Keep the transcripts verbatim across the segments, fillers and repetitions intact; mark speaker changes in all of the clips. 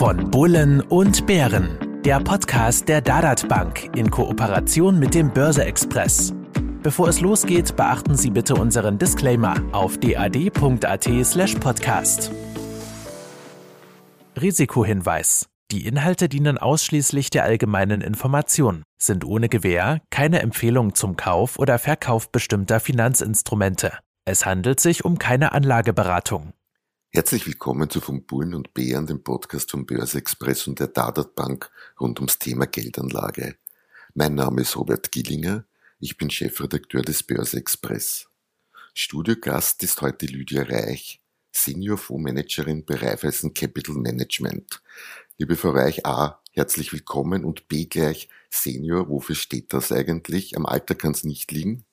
Speaker 1: Von Bullen und Bären, der Podcast der Dadat Bank in Kooperation mit dem Börse-Express. Bevor es losgeht, beachten Sie bitte unseren Disclaimer auf dad.at slash podcast. Risikohinweis: Die Inhalte dienen ausschließlich der allgemeinen Information, sind ohne Gewähr keine Empfehlung zum Kauf oder Verkauf bestimmter Finanzinstrumente. Es handelt sich um keine Anlageberatung.
Speaker 2: Herzlich willkommen zu Von Bullen und Bären, dem Podcast vom Börse-Express und der Dadat Bank rund ums Thema Geldanlage. Mein Name ist Robert Gillinger, ich bin Chefredakteur des Börse-Express. Studiogast ist heute Lydia Reich, Senior Fondsmanagerin bei Raiffeisen Capital Management. Liebe Frau Reich, A, herzlich willkommen und B gleich Senior, wofür steht das eigentlich? Am Alter kann es nicht liegen.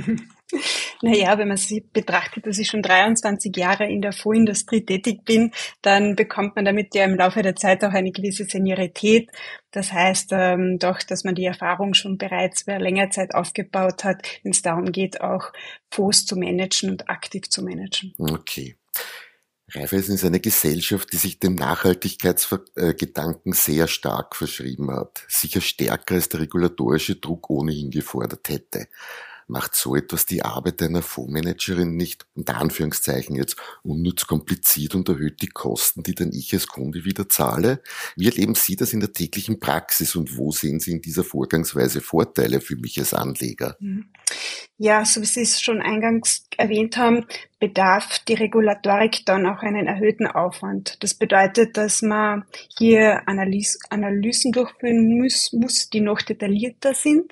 Speaker 3: Naja, wenn man sich betrachtet, dass ich schon dreiundzwanzig Jahre in der Fondsindustrie tätig bin, dann bekommt man damit ja im Laufe der Zeit auch eine gewisse Seniorität. Das heißt ähm, doch, dass man die Erfahrung schon bereits über längere Zeit aufgebaut hat, wenn es darum geht, auch Fonds zu managen und aktiv zu managen.
Speaker 2: Okay. Raiffeisen ist eine Gesellschaft, die sich dem Nachhaltigkeitsgedanken sehr stark verschrieben hat. Sicher stärker als der regulatorische Druck ohnehin gefordert hätte. Macht so etwas die Arbeit einer Fondsmanagerin nicht, unter Anführungszeichen jetzt, unnütz kompliziert und erhöht die Kosten, die dann ich als Kunde wieder zahle? Wie erleben Sie das in der täglichen Praxis und wo sehen Sie in dieser Vorgangsweise Vorteile für mich als Anleger?
Speaker 3: Ja, so wie Sie es schon eingangs erwähnt haben, bedarf die Regulatorik dann auch einen erhöhten Aufwand. Das bedeutet, dass man hier Analyse, Analysen durchführen muss, muss, die noch detaillierter sind.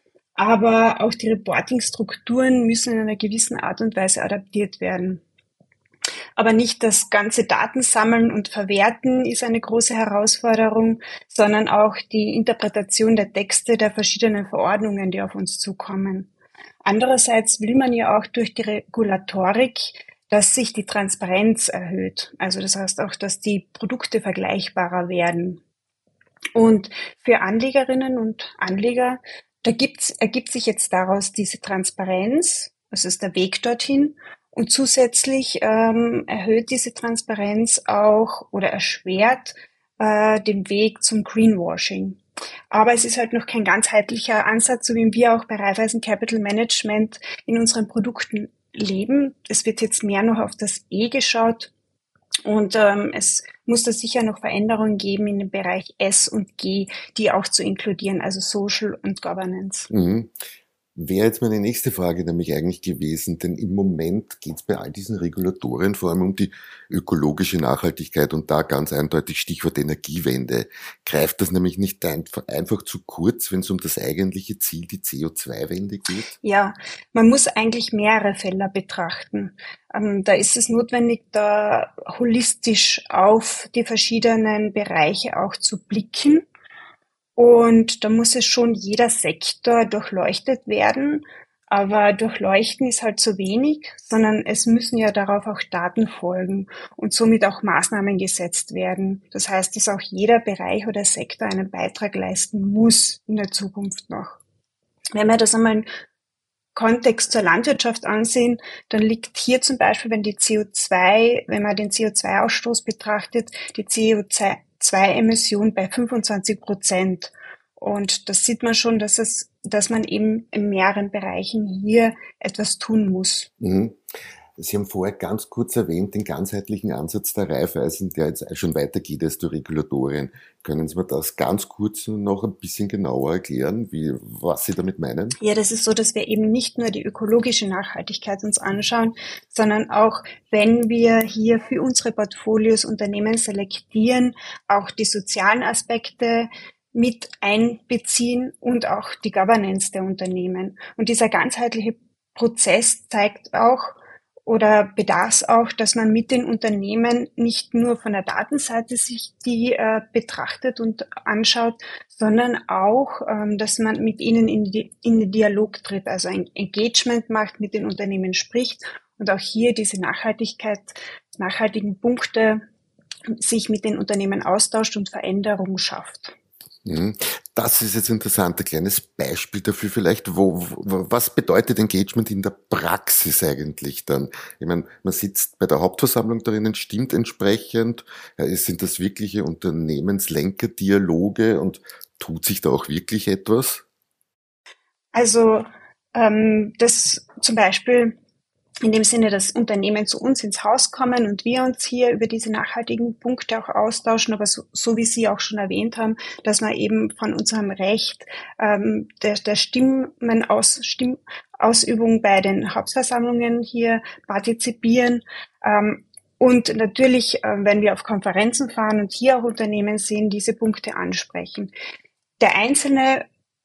Speaker 3: Aber auch die Reporting-Strukturen müssen in einer gewissen Art und Weise adaptiert werden. Aber nicht das ganze Datensammeln und Verwerten ist eine große Herausforderung, sondern auch die Interpretation der Texte der verschiedenen Verordnungen, die auf uns zukommen. Andererseits will man ja auch durch die Regulatorik, dass sich die Transparenz erhöht. Also das heißt auch, dass die Produkte vergleichbarer werden. Und für Anlegerinnen und Anleger Da gibt's, ergibt sich jetzt daraus diese Transparenz, das ist der Weg dorthin, und zusätzlich ähm, erhöht diese Transparenz auch oder erschwert äh, den Weg zum Greenwashing. Aber es ist halt noch kein ganzheitlicher Ansatz, so wie wir auch bei Raiffeisen Capital Management in unseren Produkten leben. Es wird jetzt mehr noch auf das E geschaut. Und ähm, es muss da sicher noch Veränderungen geben in dem Bereich S und G, die auch zu inkludieren, also Social und Governance.
Speaker 2: Mhm. Wäre jetzt meine nächste Frage nämlich eigentlich gewesen, denn im Moment geht es bei all diesen Regulatorien vor allem um die ökologische Nachhaltigkeit und da ganz eindeutig Stichwort Energiewende. Greift das nämlich nicht einfach, einfach zu kurz, wenn es um das eigentliche Ziel, die C O zwei Wende geht?
Speaker 3: Ja, man muss eigentlich mehrere Felder betrachten. Ähm, da ist es notwendig, da holistisch auf die verschiedenen Bereiche auch zu blicken. Und da muss es schon jeder Sektor durchleuchtet werden. Aber durchleuchten ist halt zu wenig, sondern es müssen ja darauf auch Daten folgen und somit auch Maßnahmen gesetzt werden. Das heißt, dass auch jeder Bereich oder Sektor einen Beitrag leisten muss in der Zukunft noch. Wenn wir das einmal im Kontext zur Landwirtschaft ansehen, dann liegt hier zum Beispiel, wenn die C O zwei, wenn man den C O zwei Ausstoß betrachtet, die C O zwei Emission bei fünfundzwanzig Prozent. Und das sieht man schon, dass es, dass man eben in mehreren Bereichen hier etwas tun muss.
Speaker 2: Mhm. Sie haben vorher ganz kurz erwähnt, den ganzheitlichen Ansatz der Raiffeisen, der jetzt schon weitergeht als die Regulatorien. Können Sie mir das ganz kurz noch ein bisschen genauer erklären, wie, was Sie damit meinen?
Speaker 3: Ja, das ist so, dass wir eben nicht nur die ökologische Nachhaltigkeit uns anschauen, sondern auch, wenn wir hier für unsere Portfolios Unternehmen selektieren, auch die sozialen Aspekte mit einbeziehen und auch die Governance der Unternehmen. Und dieser ganzheitliche Prozess zeigt auch, oder bedarf auch, dass man mit den Unternehmen nicht nur von der Datenseite sich die äh, betrachtet und anschaut, sondern auch, ähm, dass man mit ihnen in, die, in den Dialog tritt, also ein Engagement macht, mit den Unternehmen spricht und auch hier diese Nachhaltigkeit, nachhaltigen Punkte sich mit den Unternehmen austauscht und Veränderung schafft.
Speaker 2: Mhm. Das ist jetzt interessant. Ein kleines Beispiel dafür vielleicht. Wo, wo, was bedeutet Engagement in der Praxis eigentlich dann? Ich meine, man sitzt bei der Hauptversammlung drinnen, stimmt entsprechend. Ja, es sind das wirkliche Unternehmenslenkerdialoge und tut sich da auch wirklich etwas?
Speaker 3: Also ähm, das zum Beispiel in dem Sinne, dass Unternehmen zu uns ins Haus kommen und wir uns hier über diese nachhaltigen Punkte auch austauschen, aber so, so wie Sie auch schon erwähnt haben, dass man eben von unserem Recht ähm, der, der Stimmenaus, Stimmausübung bei den Hauptversammlungen hier partizipieren. Ähm, und natürlich, äh, wenn wir auf Konferenzen fahren und hier auch Unternehmen sehen, diese Punkte ansprechen. Der Einzelne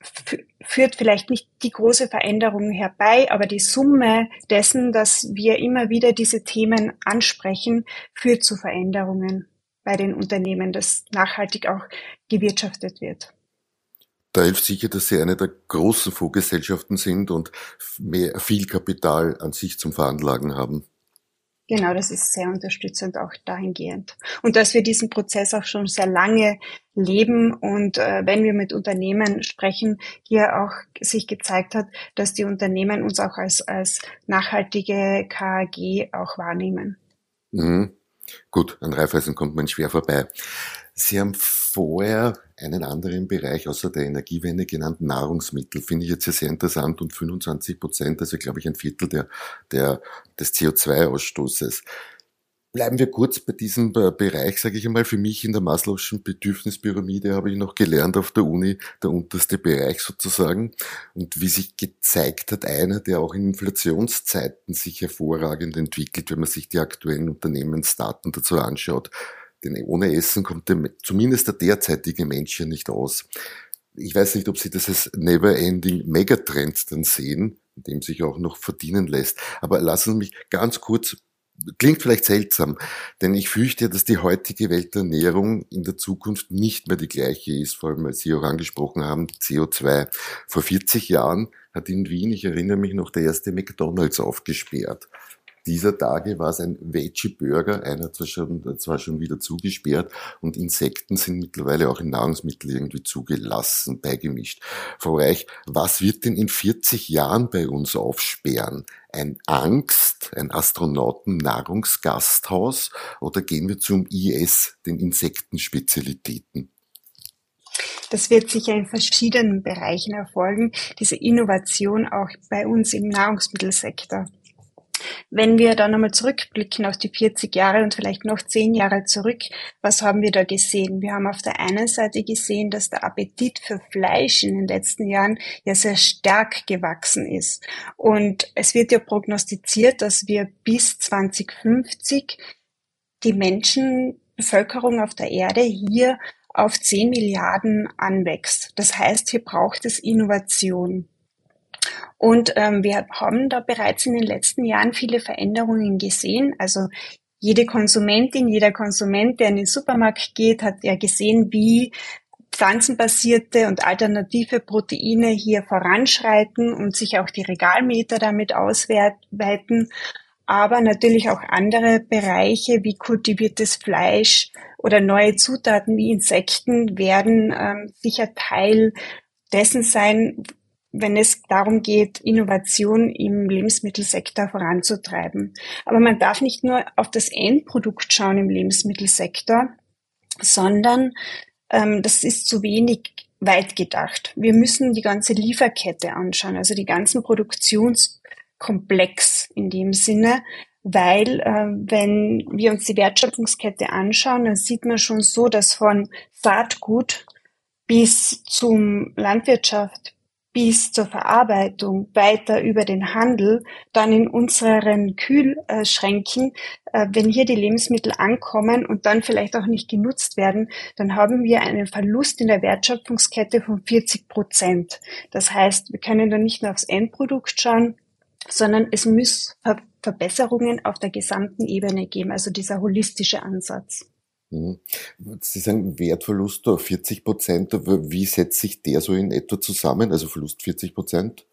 Speaker 3: führt vielleicht nicht die große Veränderung herbei, aber die Summe dessen, dass wir immer wieder diese Themen ansprechen, führt zu Veränderungen bei den Unternehmen, dass nachhaltig auch gewirtschaftet wird.
Speaker 2: Da hilft sicher, dass Sie eine der großen Fondsgesellschaften sind und mehr, viel Kapital an sich zum Veranlagen haben.
Speaker 3: Genau, das ist sehr unterstützend auch dahingehend. Und dass wir diesen Prozess auch schon sehr lange leben und äh, wenn wir mit Unternehmen sprechen, hier auch sich gezeigt hat, dass die Unternehmen uns auch als, als nachhaltige K A G auch wahrnehmen.
Speaker 2: Mhm. Gut, an Raiffeisen kommt man schwer vorbei. Sie haben vorher einen anderen Bereich außer der Energiewende genannt, Nahrungsmittel. Finde ich jetzt sehr interessant und fünfundzwanzig Prozent, also glaube ich ein Viertel der, der, des C O zwei Ausstoßes. Bleiben wir kurz bei diesem Bereich, sage ich einmal. Für mich in der Maslow'schen Bedürfnispyramide habe ich noch gelernt auf der Uni, der unterste Bereich sozusagen. Und wie sich gezeigt hat, einer, der auch in Inflationszeiten sich hervorragend entwickelt, wenn man sich die aktuellen Unternehmensdaten dazu anschaut. Denn ohne Essen kommt der, zumindest der derzeitige Mensch ja nicht aus. Ich weiß nicht, ob Sie das als Never-Ending Megatrend dann sehen, in dem sich auch noch verdienen lässt. Aber lassen Sie mich ganz kurz, klingt vielleicht seltsam, denn ich fürchte, dass die heutige Welt der Ernährung in der Zukunft nicht mehr die gleiche ist, vor allem, weil Sie auch angesprochen haben, C O zwei. Vor vierzig Jahren hat in Wien, ich erinnere mich noch, der erste McDonald's aufgesperrt. Dieser Tage war es ein Veggie-Burger, einer zwar schon, zwar schon wieder zugesperrt und Insekten sind mittlerweile auch in Nahrungsmittel irgendwie zugelassen, beigemischt. Frau Reich, was wird denn in vierzig Jahren bei uns aufsperren? Ein Angst, ein Astronauten-Nahrungsgasthaus oder gehen wir zum I S, den Insektenspezialitäten?
Speaker 3: Das wird sicher in verschiedenen Bereichen erfolgen, diese Innovation auch bei uns im Nahrungsmittelsektor. Wenn wir dann nochmal zurückblicken auf die vierzig Jahre und vielleicht noch zehn Jahre zurück, was haben wir da gesehen? Wir haben auf der einen Seite gesehen, dass der Appetit für Fleisch in den letzten Jahren ja sehr stark gewachsen ist. Und es wird ja prognostiziert, dass wir bis zwanzig fünfzig die Menschenbevölkerung auf der Erde hier auf zehn Milliarden anwächst. Das heißt, hier braucht es Innovation. Und ähm, wir haben da bereits in den letzten Jahren viele Veränderungen gesehen. Also jede Konsumentin, jeder Konsument, der in den Supermarkt geht, hat ja gesehen, wie pflanzenbasierte und alternative Proteine hier voranschreiten und sich auch die Regalmeter damit ausweiten. Aber natürlich auch andere Bereiche wie kultiviertes Fleisch oder neue Zutaten wie Insekten werden ähm, sicher Teil dessen sein, wenn es darum geht, Innovation im Lebensmittelsektor voranzutreiben. Aber man darf nicht nur auf das Endprodukt schauen im Lebensmittelsektor, sondern ähm, das ist zu wenig weit gedacht. Wir müssen die ganze Lieferkette anschauen, also die ganzen Produktionskomplex in dem Sinne, weil äh, wenn wir uns die Wertschöpfungskette anschauen, dann sieht man schon so, dass von Saatgut bis zum Landwirtschaft, bis zur Verarbeitung, weiter über den Handel, dann in unseren Kühlschränken, äh, wenn hier die Lebensmittel ankommen und dann vielleicht auch nicht genutzt werden, dann haben wir einen Verlust in der Wertschöpfungskette von vierzig Prozent. Das heißt, wir können dann nicht nur aufs Endprodukt schauen, sondern es muss Ver- Verbesserungen auf der gesamten Ebene geben, also dieser holistische Ansatz.
Speaker 2: Sie sagen Wertverlust auf vierzig Prozent. Wie setzt sich der so in etwa zusammen? Also Verlust vierzig Prozent?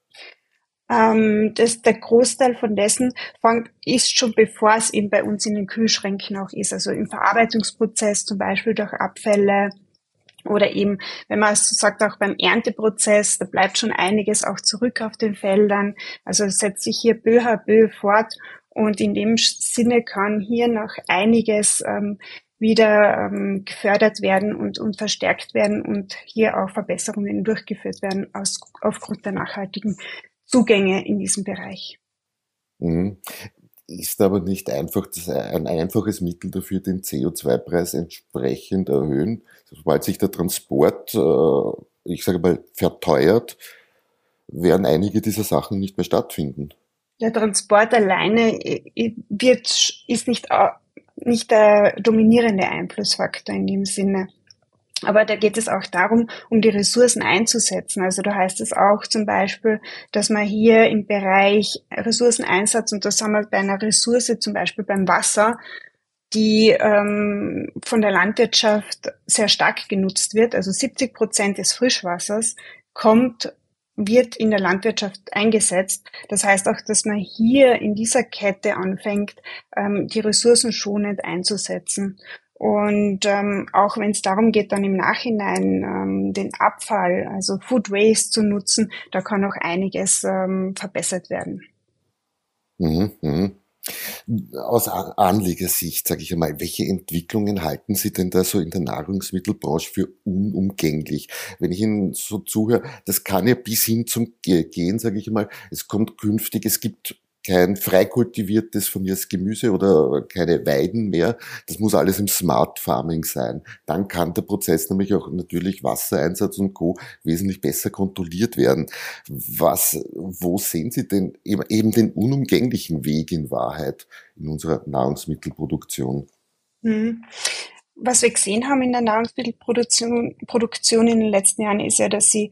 Speaker 3: Ähm, das, der Großteil von dessen fängt, ist schon bevor es eben bei uns in den Kühlschränken auch ist. Also im Verarbeitungsprozess zum Beispiel durch Abfälle Oder eben, wenn man so sagt, auch beim Ernteprozess, da bleibt schon einiges auch zurück auf den Feldern. Also setzt sich hier peu à peu fort. Und in dem Sinne kann hier noch einiges ähm, wieder ähm, gefördert werden und, und verstärkt werden und hier auch Verbesserungen durchgeführt werden aus, aufgrund der nachhaltigen Zugänge in diesem Bereich.
Speaker 2: Mhm. Ist aber nicht einfach das, ein einfaches Mittel dafür, den C O zwei Preis entsprechend erhöhen. Sobald sich der Transport, äh, ich sage mal, verteuert, werden einige dieser Sachen nicht mehr stattfinden.
Speaker 3: Der Transport alleine wird, ist nicht, nicht der dominierende Einflussfaktor in dem Sinne. Aber da geht es auch darum, um die Ressourcen einzusetzen. Also da heißt es auch zum Beispiel, dass man hier im Bereich Ressourceneinsatz, und da sind wir bei einer Ressource, zum Beispiel beim Wasser, die ähm, von der Landwirtschaft sehr stark genutzt wird. Also siebzig Prozent des Frischwassers kommt, wird in der Landwirtschaft eingesetzt. Das heißt auch, dass man hier in dieser Kette anfängt, ähm, die Ressourcen schonend einzusetzen. Und ähm, auch wenn es darum geht, dann im Nachhinein ähm, den Abfall, also Food Waste zu nutzen, da kann noch einiges ähm, verbessert werden.
Speaker 2: Mhm, mhm. Aus Anlegersicht, sage ich einmal, welche Entwicklungen halten Sie denn da so in der Nahrungsmittelbranche für unumgänglich? Wenn ich Ihnen so zuhöre, das kann ja bis hin zum Gehen, sage ich einmal, es kommt künftig, es gibt kein frei kultiviertes von mir als Gemüse oder keine Weiden mehr. Das muss alles im Smart Farming sein. Dann kann der Prozess nämlich auch natürlich Wassereinsatz und Co. wesentlich besser kontrolliert werden. Was, wo sehen Sie denn eben den unumgänglichen Weg in Wahrheit in unserer Nahrungsmittelproduktion?
Speaker 3: Mhm. Was wir gesehen haben in der Nahrungsmittelproduktion Produktion in den letzten Jahren ist ja, dass sie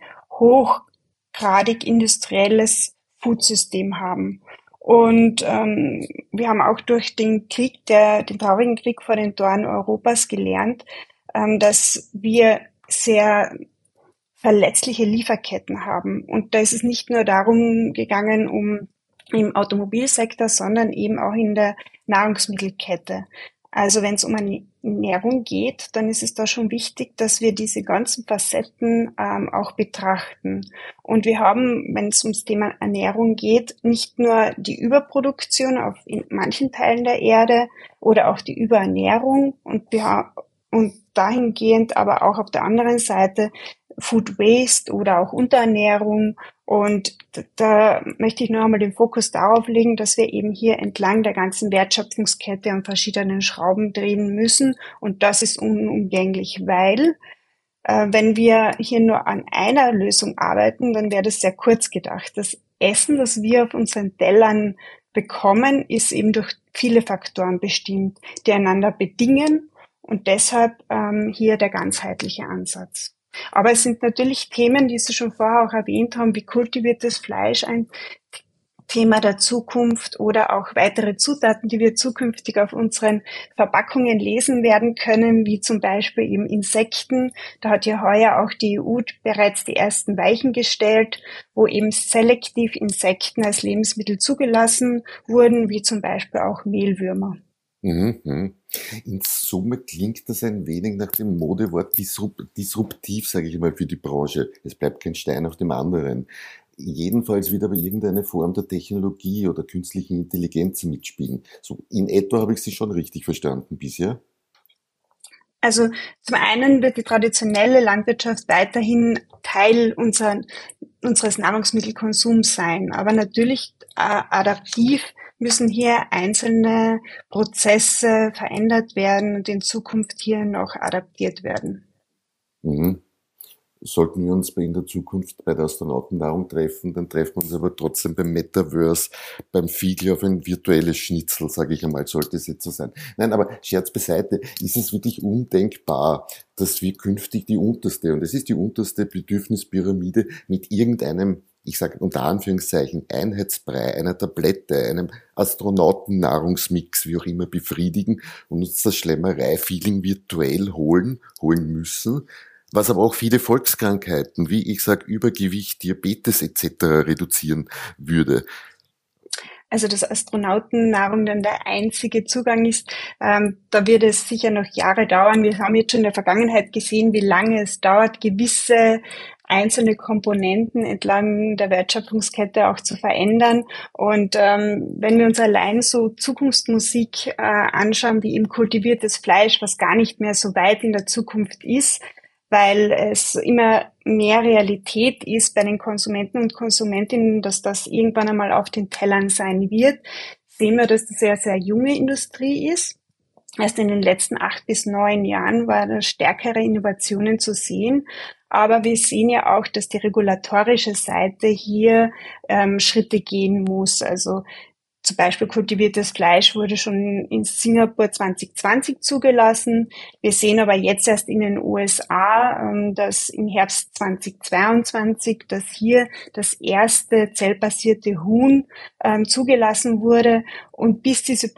Speaker 3: hochgradig industrielles Foodsystem haben. Und ähm, wir haben auch durch den Krieg, der, den traurigen Krieg vor den Toren Europas gelernt, ähm, dass wir sehr verletzliche Lieferketten haben. Und da ist es nicht nur darum gegangen, um im Automobilsektor, sondern eben auch in der Nahrungsmittelkette. Also wenn es um Ernährung geht, dann ist es da schon wichtig, dass wir diese ganzen Facetten ähm, auch betrachten. Und wir haben, wenn es ums Thema Ernährung geht, nicht nur die Überproduktion auf in manchen Teilen der Erde oder auch die Überernährung und wir haben, und dahingehend aber auch auf der anderen Seite Food Waste oder auch Unterernährung. Und da möchte ich nur einmal den Fokus darauf legen, dass wir eben hier entlang der ganzen Wertschöpfungskette an verschiedenen Schrauben drehen müssen. Und das ist unumgänglich, weil äh, wenn wir hier nur an einer Lösung arbeiten, dann wäre das sehr kurz gedacht. Das Essen, das wir auf unseren Tellern bekommen, ist eben durch viele Faktoren bestimmt, die einander bedingen. Und deshalb ähm, hier der ganzheitliche Ansatz. Aber es sind natürlich Themen, die Sie schon vorher auch erwähnt haben, wie kultiviertes Fleisch ein Thema der Zukunft oder auch weitere Zutaten, die wir zukünftig auf unseren Verpackungen lesen werden können, wie zum Beispiel eben Insekten. Da hat ja heuer auch die E U bereits die ersten Weichen gestellt, wo eben selektiv Insekten als Lebensmittel zugelassen wurden, wie zum Beispiel auch Mehlwürmer.
Speaker 2: Mhm. In Summe klingt das ein wenig nach dem Modewort disruptiv, sage ich mal, für die Branche. Es bleibt kein Stein auf dem anderen. Jedenfalls wird aber irgendeine Form der Technologie oder künstlichen Intelligenz mitspielen. So in etwa habe ich Sie schon richtig verstanden bisher.
Speaker 3: Also zum einen wird die traditionelle Landwirtschaft weiterhin Teil unserer, unseres Nahrungsmittelkonsums sein, aber natürlich äh, adaptiv müssen hier einzelne Prozesse verändert werden und in Zukunft hier noch adaptiert werden.
Speaker 2: Mhm. Sollten wir uns in der Zukunft bei der Astronautennahrung treffen, dann treffen wir uns aber trotzdem beim Metaverse, beim Fiegel auf ein virtuelles Schnitzel, sage ich einmal, sollte es jetzt so sein. Nein, aber Scherz beiseite, ist es wirklich undenkbar, dass wir künftig die unterste, und es ist die unterste Bedürfnispyramide, mit irgendeinem, ich sage unter Anführungszeichen, Einheitsbrei, einer Tablette, einem Astronautennahrungsmix, wie auch immer, befriedigen und uns das Schlemmerei-Feeling virtuell holen, holen müssen, was aber auch viele Volkskrankheiten, wie ich sage, Übergewicht, Diabetes et cetera reduzieren würde.
Speaker 3: also dass Astronautennahrung dann der einzige Zugang ist, ähm, da wird es sicher noch Jahre dauern. Wir haben jetzt schon in der Vergangenheit gesehen, wie lange es dauert, gewisse einzelne Komponenten entlang der Wertschöpfungskette auch zu verändern. Und ähm, wenn wir uns allein so Zukunftsmusik äh, anschauen, wie eben kultiviertes Fleisch, was gar nicht mehr so weit in der Zukunft ist, weil es immer mehr Realität ist bei den Konsumenten und Konsumentinnen, dass das irgendwann einmal auf den Tellern sein wird, sehen wir, dass das sehr, sehr junge Industrie ist. Erst in den letzten acht bis neun Jahren war da stärkere Innovationen zu sehen. Aber wir sehen ja auch, dass die regulatorische Seite hier ähm, Schritte gehen muss. Also zum Beispiel kultiviertes Fleisch wurde schon in Singapur zwanzig zwanzig zugelassen. Wir sehen aber jetzt erst in den U S A, ähm, dass im Herbst zwanzig zweiundzwanzig, dass hier das erste zellbasierte Huhn ähm, zugelassen wurde. Und bis diese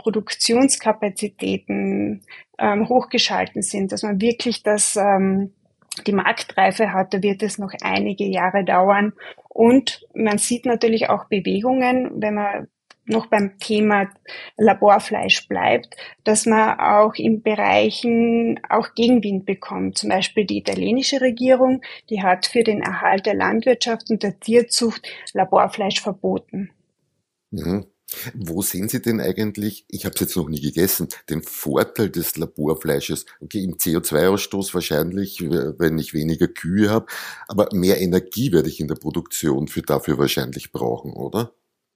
Speaker 3: Produktionskapazitäten ähm, hochgeschalten sind, dass man wirklich das ähm, die Marktreife hat, da wird es noch einige Jahre dauern. Und man sieht natürlich auch Bewegungen, wenn man noch beim Thema Laborfleisch bleibt, dass man auch in Bereichen auch Gegenwind bekommt. Zum Beispiel die italienische Regierung, die hat für den Erhalt der Landwirtschaft und der Tierzucht Laborfleisch verboten.
Speaker 2: Mhm. Wo sehen Sie denn eigentlich, ich habe es jetzt noch nie gegessen, den Vorteil des Laborfleisches? Okay, im C O zwei Ausstoß wahrscheinlich, wenn ich weniger Kühe habe, aber mehr Energie werde ich in der Produktion für dafür wahrscheinlich brauchen, oder?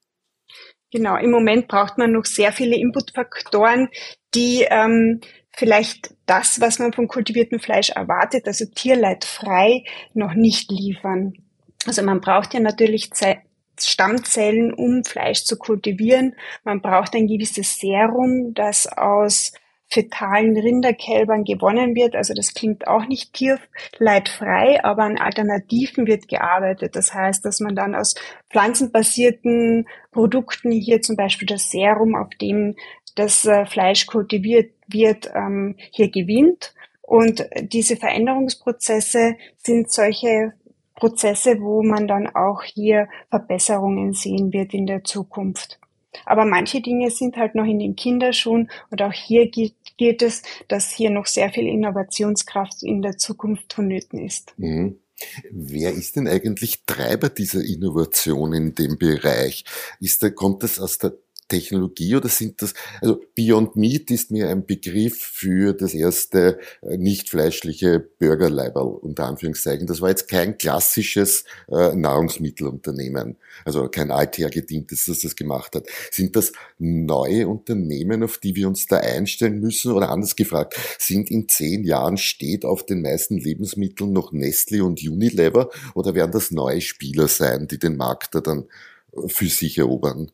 Speaker 3: Genau, im Moment braucht man noch sehr viele Inputfaktoren, die ähm, vielleicht das, was man vom kultivierten Fleisch erwartet, also tierleidfrei, noch nicht liefern. Also man braucht ja natürlich Ze- Stammzellen, um Fleisch zu kultivieren. Man braucht ein gewisses Serum, das aus fetalen Rinderkälbern gewonnen wird. Also das klingt auch nicht tierleidfrei, aber an Alternativen wird gearbeitet. Das heißt, dass man dann aus pflanzenbasierten Produkten, hier zum Beispiel das Serum, auf dem das äh, Fleisch kultiviert wird, ähm, hier gewinnt. Und diese Veränderungsprozesse sind solche Prozesse, wo man dann auch hier Verbesserungen sehen wird in der Zukunft. Aber manche Dinge sind halt noch in den Kinderschuhen und auch hier gilt, gilt es, dass hier noch sehr viel Innovationskraft in der Zukunft vonnöten ist.
Speaker 2: Mhm. Wer ist denn eigentlich Treiber dieser Innovation in dem Bereich? Ist da, kommt das aus der Technologie oder sind das, also Beyond Meat ist mir ein Begriff für das erste äh, nicht fleischliche Burgerleiberl, unter Anführungszeichen. Das war jetzt kein klassisches äh, Nahrungsmittelunternehmen, also kein althergedientes, das das gemacht hat. Sind das neue Unternehmen, auf die wir uns da einstellen müssen? Oder anders gefragt, sind in zehn Jahren steht auf den meisten Lebensmitteln noch Nestle und Unilever oder werden das neue Spieler sein, die den Markt da dann für sich erobern?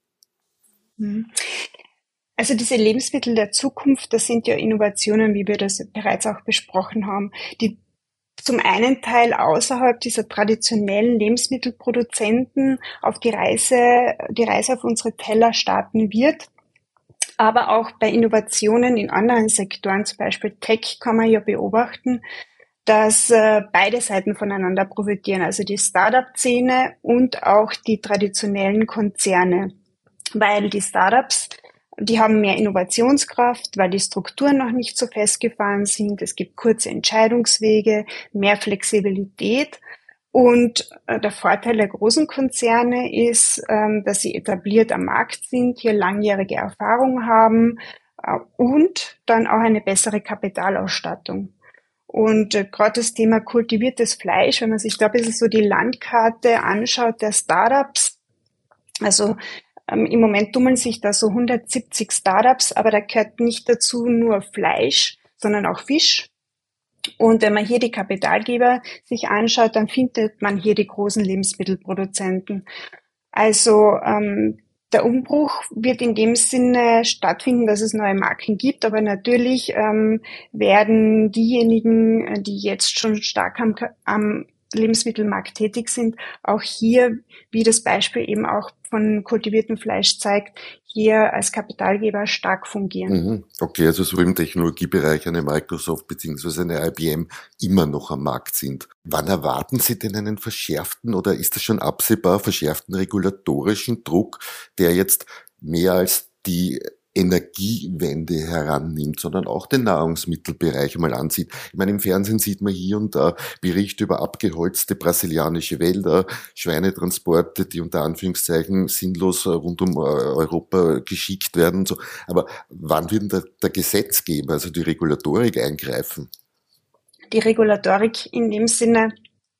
Speaker 3: Also diese Lebensmittel der Zukunft, das sind ja Innovationen, wie wir das bereits auch besprochen haben, die zum einen Teil außerhalb dieser traditionellen Lebensmittelproduzenten auf die Reise, die Reise auf unsere Teller starten wird. Aber auch bei Innovationen in anderen Sektoren, zum Beispiel Tech, kann man ja beobachten, dass äh, beide Seiten voneinander profitieren, also die Startup-Szene und auch die traditionellen Konzerne. Weil die Startups, die haben mehr Innovationskraft, weil die Strukturen noch nicht so festgefahren sind. Es gibt kurze Entscheidungswege, mehr Flexibilität. Und äh, der Vorteil der großen Konzerne ist, ähm, dass sie etabliert am Markt sind, hier langjährige Erfahrung haben äh, und dann auch eine bessere Kapitalausstattung. Und äh, gerade das Thema kultiviertes Fleisch, wenn man sich da ein bisschen so die Landkarte anschaut der Startups, also Ähm, im Moment tummeln sich da so hundertsiebzig Startups, aber da gehört nicht dazu nur Fleisch, sondern auch Fisch. Und wenn man hier die Kapitalgeber sich anschaut, dann findet man hier die großen Lebensmittelproduzenten. Also ähm, der Umbruch wird in dem Sinne stattfinden, dass es neue Marken gibt, aber natürlich ähm, werden diejenigen, die jetzt schon stark am, am Lebensmittelmarkt tätig sind, auch hier, wie das Beispiel eben auch von kultiviertem Fleisch zeigt, hier als Kapitalgeber stark fungieren.
Speaker 2: Okay, also so im Technologiebereich eine Microsoft bzw. eine I B M immer noch am Markt sind. Wann erwarten Sie denn einen verschärften oder ist das schon absehbar verschärften regulatorischen Druck, der jetzt mehr als die Energiewende herannimmt, sondern auch den Nahrungsmittelbereich mal ansieht. Ich meine, im Fernsehen sieht man hier und da Berichte über abgeholzte brasilianische Wälder, Schweinetransporte, die unter Anführungszeichen sinnlos rund um Europa geschickt werden und so. Aber wann wird denn der, der Gesetzgeber, also die Regulatorik, eingreifen?
Speaker 3: Die Regulatorik in dem Sinne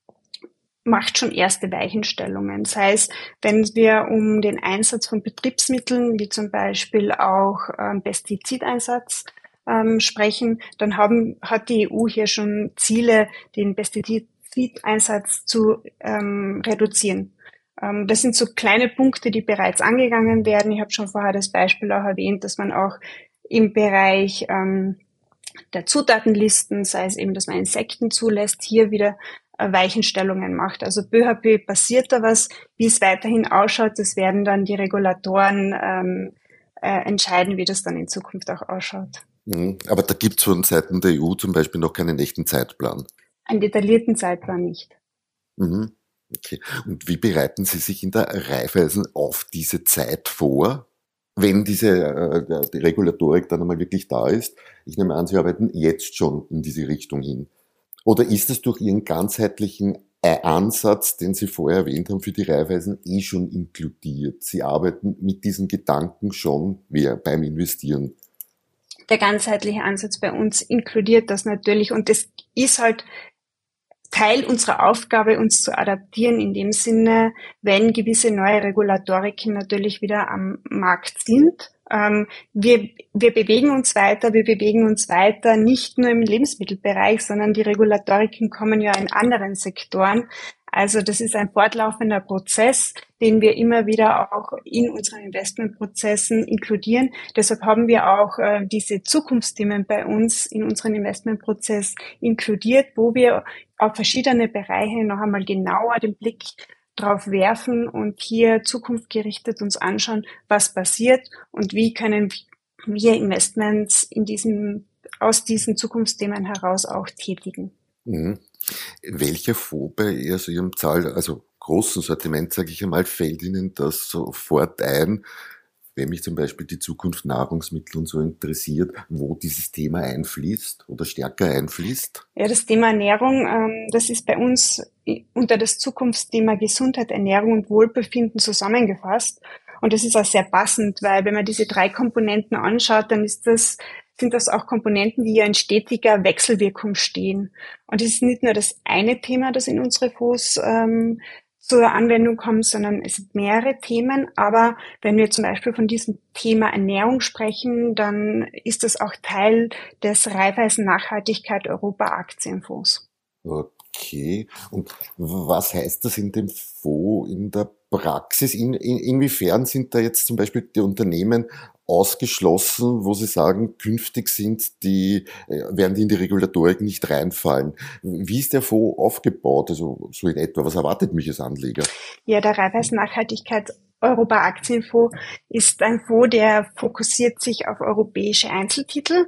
Speaker 3: macht schon erste Weichenstellungen. Das heißt, wenn wir um den Einsatz von Betriebsmitteln, wie zum Beispiel auch ähm, Pestizideinsatz, ähm, sprechen, dann haben, hat die E U hier schon Ziele, den Pestizideinsatz zu ähm, reduzieren. Ähm, das sind so kleine Punkte, die bereits angegangen werden. Ich habe schon vorher das Beispiel auch erwähnt, dass man auch im Bereich ähm, der Zutatenlisten, sei es eben, dass man Insekten zulässt, hier wieder Weichenstellungen macht. Also peu à peu passiert da was. Wie es weiterhin ausschaut, das werden dann die Regulatoren ähm, äh, entscheiden, wie das dann in Zukunft auch ausschaut.
Speaker 2: Aber da gibt es von Seiten der E U zum Beispiel noch keinen echten Zeitplan.
Speaker 3: Einen detaillierten Zeitplan nicht.
Speaker 2: Mhm. Okay. Und wie bereiten Sie sich in der Raiffeisen auf diese Zeit vor, wenn diese äh, die Regulatorik dann einmal wirklich da ist? Ich nehme an, Sie arbeiten jetzt schon in diese Richtung hin. Oder ist es durch Ihren ganzheitlichen Ansatz, den Sie vorher erwähnt haben, für die Raiffeisen eh schon inkludiert? Sie arbeiten mit diesen Gedanken schon wer, beim Investieren.
Speaker 3: Der ganzheitliche Ansatz bei uns inkludiert das natürlich und das ist halt Teil unserer Aufgabe, uns zu adaptieren in dem Sinne, wenn gewisse neue Regulatoriken natürlich wieder am Markt sind. Ähm, wir, wir bewegen uns weiter, wir bewegen uns weiter nicht nur im Lebensmittelbereich, sondern die Regulatoriken kommen ja in anderen Sektoren. Also das ist ein fortlaufender Prozess, den wir immer wieder auch in unseren Investmentprozessen inkludieren. Deshalb haben wir auch äh, diese Zukunftsthemen bei uns in unseren Investmentprozess inkludiert, wo wir auf verschiedene Bereiche noch einmal genauer den Blick drauf werfen und hier zukunftsgerichtet uns anschauen, was passiert und wie können wir Investments in diesem, aus diesen Zukunftsthemen heraus auch tätigen.
Speaker 2: Mhm. Welcher Fonds bei also Ihrem Zahl, also großen Sortiment, sage ich einmal, fällt Ihnen das sofort ein, wenn mich zum Beispiel die Zukunft Nahrungsmittel und so interessiert, wo dieses Thema einfließt oder stärker einfließt?
Speaker 3: Ja, das Thema Ernährung, ähm, das ist bei uns unter das Zukunftsthema Gesundheit, Ernährung und Wohlbefinden zusammengefasst. Und das ist auch sehr passend, weil wenn man diese drei Komponenten anschaut, dann ist das, sind das auch Komponenten, die ja in stetiger Wechselwirkung stehen. Und es ist nicht nur das eine Thema, das in unsere Fonds ähm, zur Anwendung kommt, sondern es sind mehrere Themen. Aber wenn wir zum Beispiel von diesem Thema Ernährung sprechen, dann ist das auch Teil des Raiffeisen Nachhaltigkeit Europa Aktienfonds.
Speaker 2: Okay. Und was heißt das in dem Fonds in der Praxis? In, in, inwiefern sind da jetzt zum Beispiel die Unternehmen ausgeschlossen, wo Sie sagen, künftig sind die, werden die in die Regulatorik nicht reinfallen? Wie ist der Fonds aufgebaut? Also so in etwa, was erwartet mich als Anleger?
Speaker 3: Ja, der Raiffeisen Nachhaltigkeit Europa Aktienfonds ist ein Fonds, der fokussiert sich auf europäische Einzeltitel.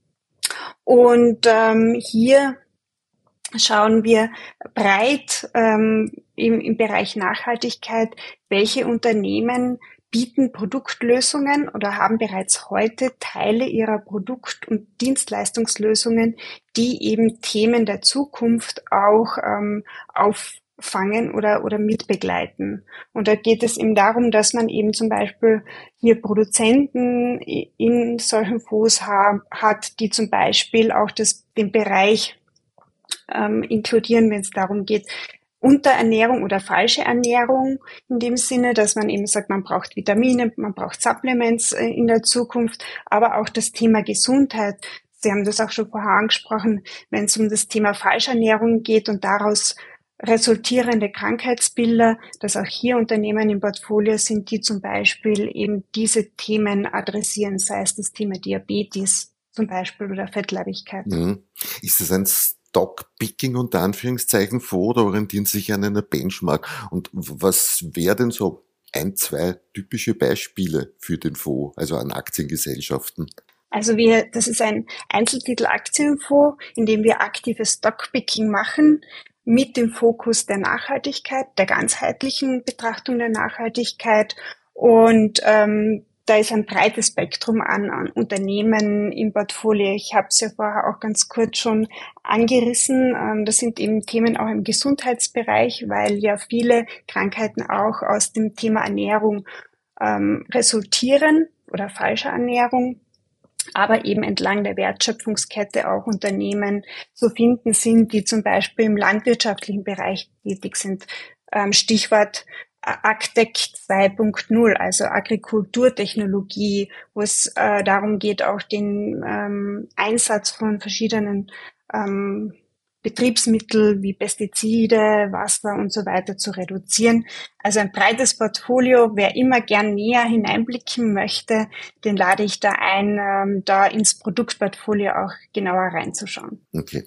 Speaker 3: Und ähm, hier schauen wir breit ähm, im, im Bereich Nachhaltigkeit, welche Unternehmen bieten Produktlösungen oder haben bereits heute Teile ihrer Produkt- und Dienstleistungslösungen, die eben Themen der Zukunft auch ähm, auffangen oder, oder mitbegleiten. Und da geht es eben darum, dass man eben zum Beispiel hier Produzenten in solchen Fonds ha- hat, die zum Beispiel auch das, den Bereich ähm, inkludieren, wenn es darum geht, Unterernährung oder falsche Ernährung, in dem Sinne, dass man eben sagt, man braucht Vitamine, man braucht Supplements äh, in der Zukunft, aber auch das Thema Gesundheit. Sie haben das auch schon vorher angesprochen, wenn es um das Thema Falschernährung geht und daraus resultierende Krankheitsbilder, dass auch hier Unternehmen im Portfolio sind, die zum Beispiel eben diese Themen adressieren, sei es das Thema Diabetes zum Beispiel oder Fettleibigkeit.
Speaker 2: Mhm. Ist das ein Stockpicking unter Anführungszeichen vor oder orientieren Sie sich an einer Benchmark? Und was wäre denn so ein, zwei typische Beispiele für den Fonds, also an Aktiengesellschaften?
Speaker 3: Also wir, das ist ein Einzeltitel-Aktienfonds, in dem wir aktives Stockpicking machen mit dem Fokus der Nachhaltigkeit, der ganzheitlichen Betrachtung der Nachhaltigkeit. Und ähm, da ist ein breites Spektrum an, an Unternehmen im Portfolio. Ich habe es ja vorher auch ganz kurz schon angerissen. Ähm, das sind eben Themen auch im Gesundheitsbereich, weil ja viele Krankheiten auch aus dem Thema Ernährung ähm, resultieren oder falscher Ernährung, aber eben entlang der Wertschöpfungskette auch Unternehmen zu finden sind, die zum Beispiel im landwirtschaftlichen Bereich tätig sind. Ähm, Stichwort AgTech zwei Punkt null, also Agrikulturtechnologie, wo es äh, darum geht, auch den ähm, Einsatz von verschiedenen ähm, Betriebsmittel wie Pestizide, Wasser und so weiter zu reduzieren. Also ein breites Portfolio. Wer immer gern näher hineinblicken möchte, den lade ich da ein, ähm, da ins Produktportfolio auch genauer reinzuschauen.
Speaker 2: Okay.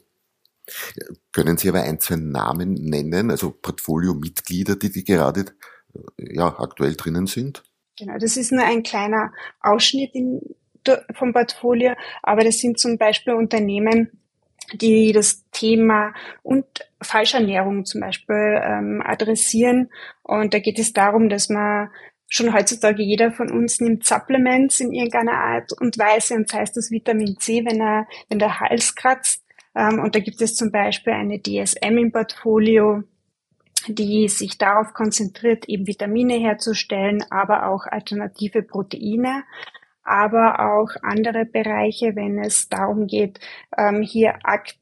Speaker 2: Können Sie aber ein, zwei Namen nennen, also Portfolio-Mitglieder, die, die gerade ja, aktuell drinnen sind?
Speaker 3: Genau, das ist nur ein kleiner Ausschnitt in, vom Portfolio, aber das sind zum Beispiel Unternehmen, die das Thema und Falschernährung zum Beispiel ähm, adressieren. Und da geht es darum, dass man schon heutzutage jeder von uns nimmt Supplements in irgendeiner Art und Weise, und sei es das Vitamin C, wenn er, wenn der Hals kratzt. Ähm, und da gibt es zum Beispiel eine D S M im Portfolio, die sich darauf konzentriert, eben Vitamine herzustellen, aber auch alternative Proteine, aber auch andere Bereiche, wenn es darum geht, ähm, hier Ag-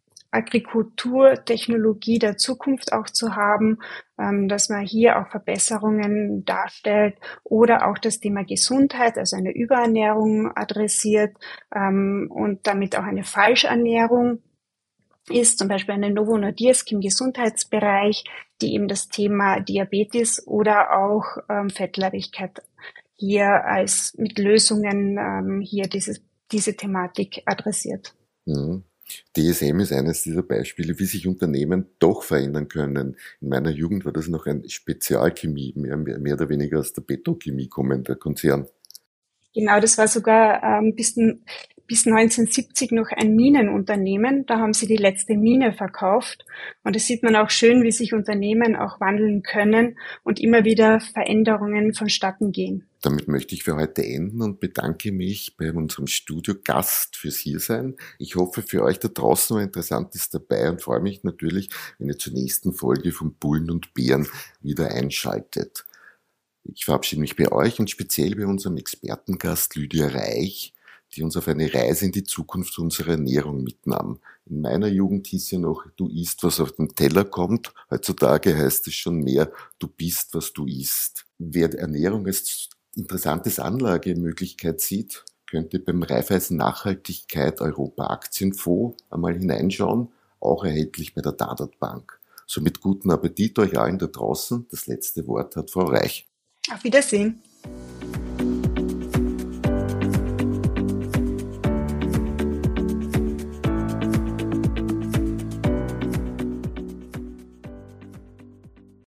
Speaker 3: Agrikulturtechnologie der Zukunft auch zu haben, ähm, dass man hier auch Verbesserungen darstellt oder auch das Thema Gesundheit, also eine Überernährung adressiert ähm, und damit auch eine Falschernährung ist, zum Beispiel eine Novo Nordisk im Gesundheitsbereich, die eben das Thema Diabetes oder auch ähm, Fettleibigkeit hier als mit Lösungen ähm, hier dieses, diese Thematik adressiert.
Speaker 2: Mhm. D S M ist eines dieser Beispiele, wie sich Unternehmen doch verändern können. In meiner Jugend war das noch ein Spezialchemie, mehr, mehr, mehr oder weniger aus der Petrochemie kommender Konzern.
Speaker 3: Genau, das war sogar ähm, bis, bis neunzehnhundertsiebzig noch ein Minenunternehmen. Da haben sie die letzte Mine verkauft. Und das sieht man auch schön, wie sich Unternehmen auch wandeln können und immer wieder Veränderungen vonstatten gehen.
Speaker 2: Damit möchte ich für heute enden und bedanke mich bei unserem Studiogast fürs Hiersein. Ich hoffe, für euch da draußen war Interessantes dabei und freue mich natürlich, wenn ihr zur nächsten Folge von Bullen und Bären wieder einschaltet. Ich verabschiede mich bei euch und speziell bei unserem Expertengast Lydia Reich, die uns auf eine Reise in die Zukunft unserer Ernährung mitnahm. In meiner Jugend hieß ja noch, du isst, was auf den Teller kommt. Heutzutage heißt es schon mehr, du bist, was du isst. Wer Ernährung als interessantes Anlagemöglichkeit sieht, könnte beim Raiffeisen Nachhaltigkeit Europa Aktienfonds einmal hineinschauen, auch erhältlich bei der Dadat Bank. Somit guten Appetit euch allen da draußen. Das letzte Wort hat Frau Reich.
Speaker 3: Auf Wiedersehen.